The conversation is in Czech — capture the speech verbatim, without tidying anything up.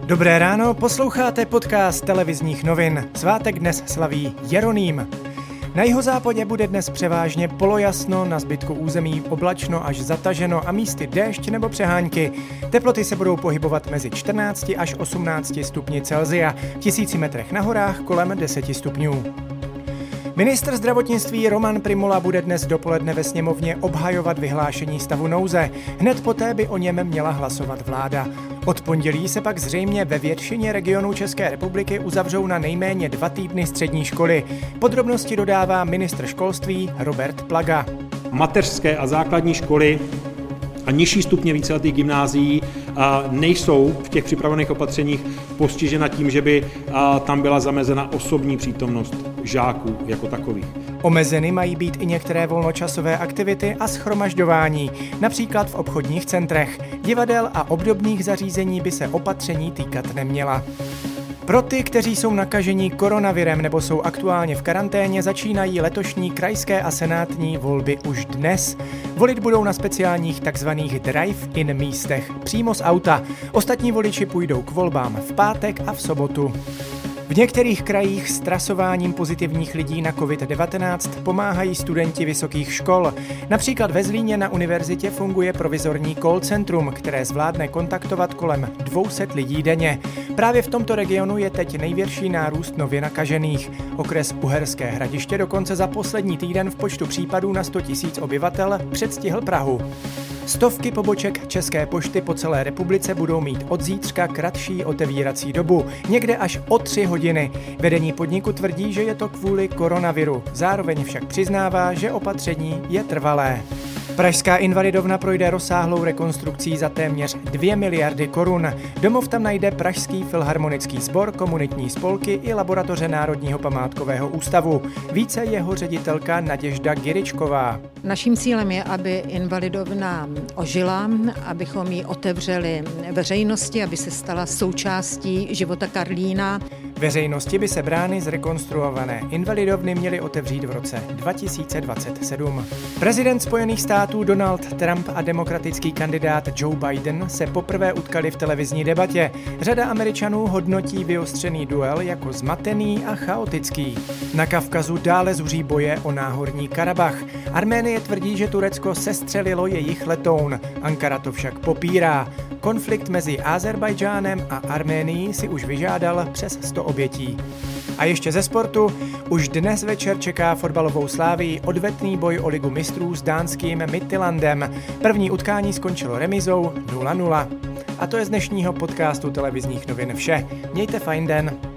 Dobré ráno, posloucháte podcast televizních novin. Svátek dnes slaví Jeroným. Na jihozápadě bude dnes převážně polojasno, na zbytku území oblačno až zataženo a místy déšť nebo přehánky. Teploty se budou pohybovat mezi čtrnácti až osmnácti stupni Celsia, v tisíci metrech na horách kolem deseti stupňů. Ministr zdravotnictví Roman Prymula bude dnes dopoledne ve sněmovně obhajovat vyhlášení stavu nouze. Hned poté by o něm měla hlasovat vláda. Od pondělí se pak zřejmě ve většině regionů České republiky uzavřou na nejméně dva týdny střední školy. Podrobnosti dodává ministr školství Robert Plaga. Mateřské a základní školy a nižší stupně víceletých gymnázií nejsou v těch připravených opatřeních postižena tím, že by tam byla zamezena osobní přítomnost žáků jako takových. Omezeny mají být i některé volnočasové aktivity a shromažďování, například v obchodních centrech. Divadel a obdobných zařízení by se opatření týkat neměla. Pro ty, kteří jsou nakažení koronavirem nebo jsou aktuálně v karanténě, začínají letošní krajské a senátní volby už dnes. Volit budou na speciálních takzvaných drive-in místech, přímo z auta. Ostatní voliči půjdou k volbám v pátek a v sobotu. V některých krajích s trasováním pozitivních lidí na covid devatenáct pomáhají studenti vysokých škol. Například ve Zlíně na univerzitě funguje provizorní call centrum, které zvládne kontaktovat kolem dvě stě lidí denně. Právě v tomto regionu je teď největší nárůst nově nakažených. Okres Uherské Hradiště dokonce za poslední týden v počtu případů na sto tisíc obyvatel předstihl Prahu. Stovky poboček České pošty po celé republice budou mít od zítřka kratší otevírací dobu, někde až o tři hodiny. Vedení podniku tvrdí, že je to kvůli koronaviru. Zároveň však přiznává, že opatření je trvalé. Pražská invalidovna projde rozsáhlou rekonstrukcí za téměř dvě miliardy korun. Domov tam najde Pražský filharmonický sbor, komunitní spolky i laboratoře Národního památkového ústavu. Více jeho ředitelka Naděžda Gyričková. Naším cílem je, aby invalidovna ožila, abychom ji otevřeli veřejnosti, aby se stala součástí života Karlína. Veřejnosti by se brány z rekonstruované invalidovny měly otevřít v roce dva tisíce dvacet sedm. Prezident Spojených států Donald Trump a demokratický kandidát Joe Biden se poprvé utkali v televizní debatě. Řada Američanů hodnotí vyostřený duel jako zmatený a chaotický. Na Kavkazu dále zuří boje o náhorní Karabach. Arménie tvrdí, že Turecko sestřelilo jejich letoun. Ankara to však popírá. Konflikt mezi Ázerbájdžánem a Arménií si už vyžádal přes sto obětí. A ještě ze sportu. Už dnes večer čeká fotbalovou Slávii odvetný boj o ligu mistrů s dánským Midtjyllandem. První utkání skončilo remizou nula nula. A to je z dnešního podcastu televizních novin vše. Mějte fajn den.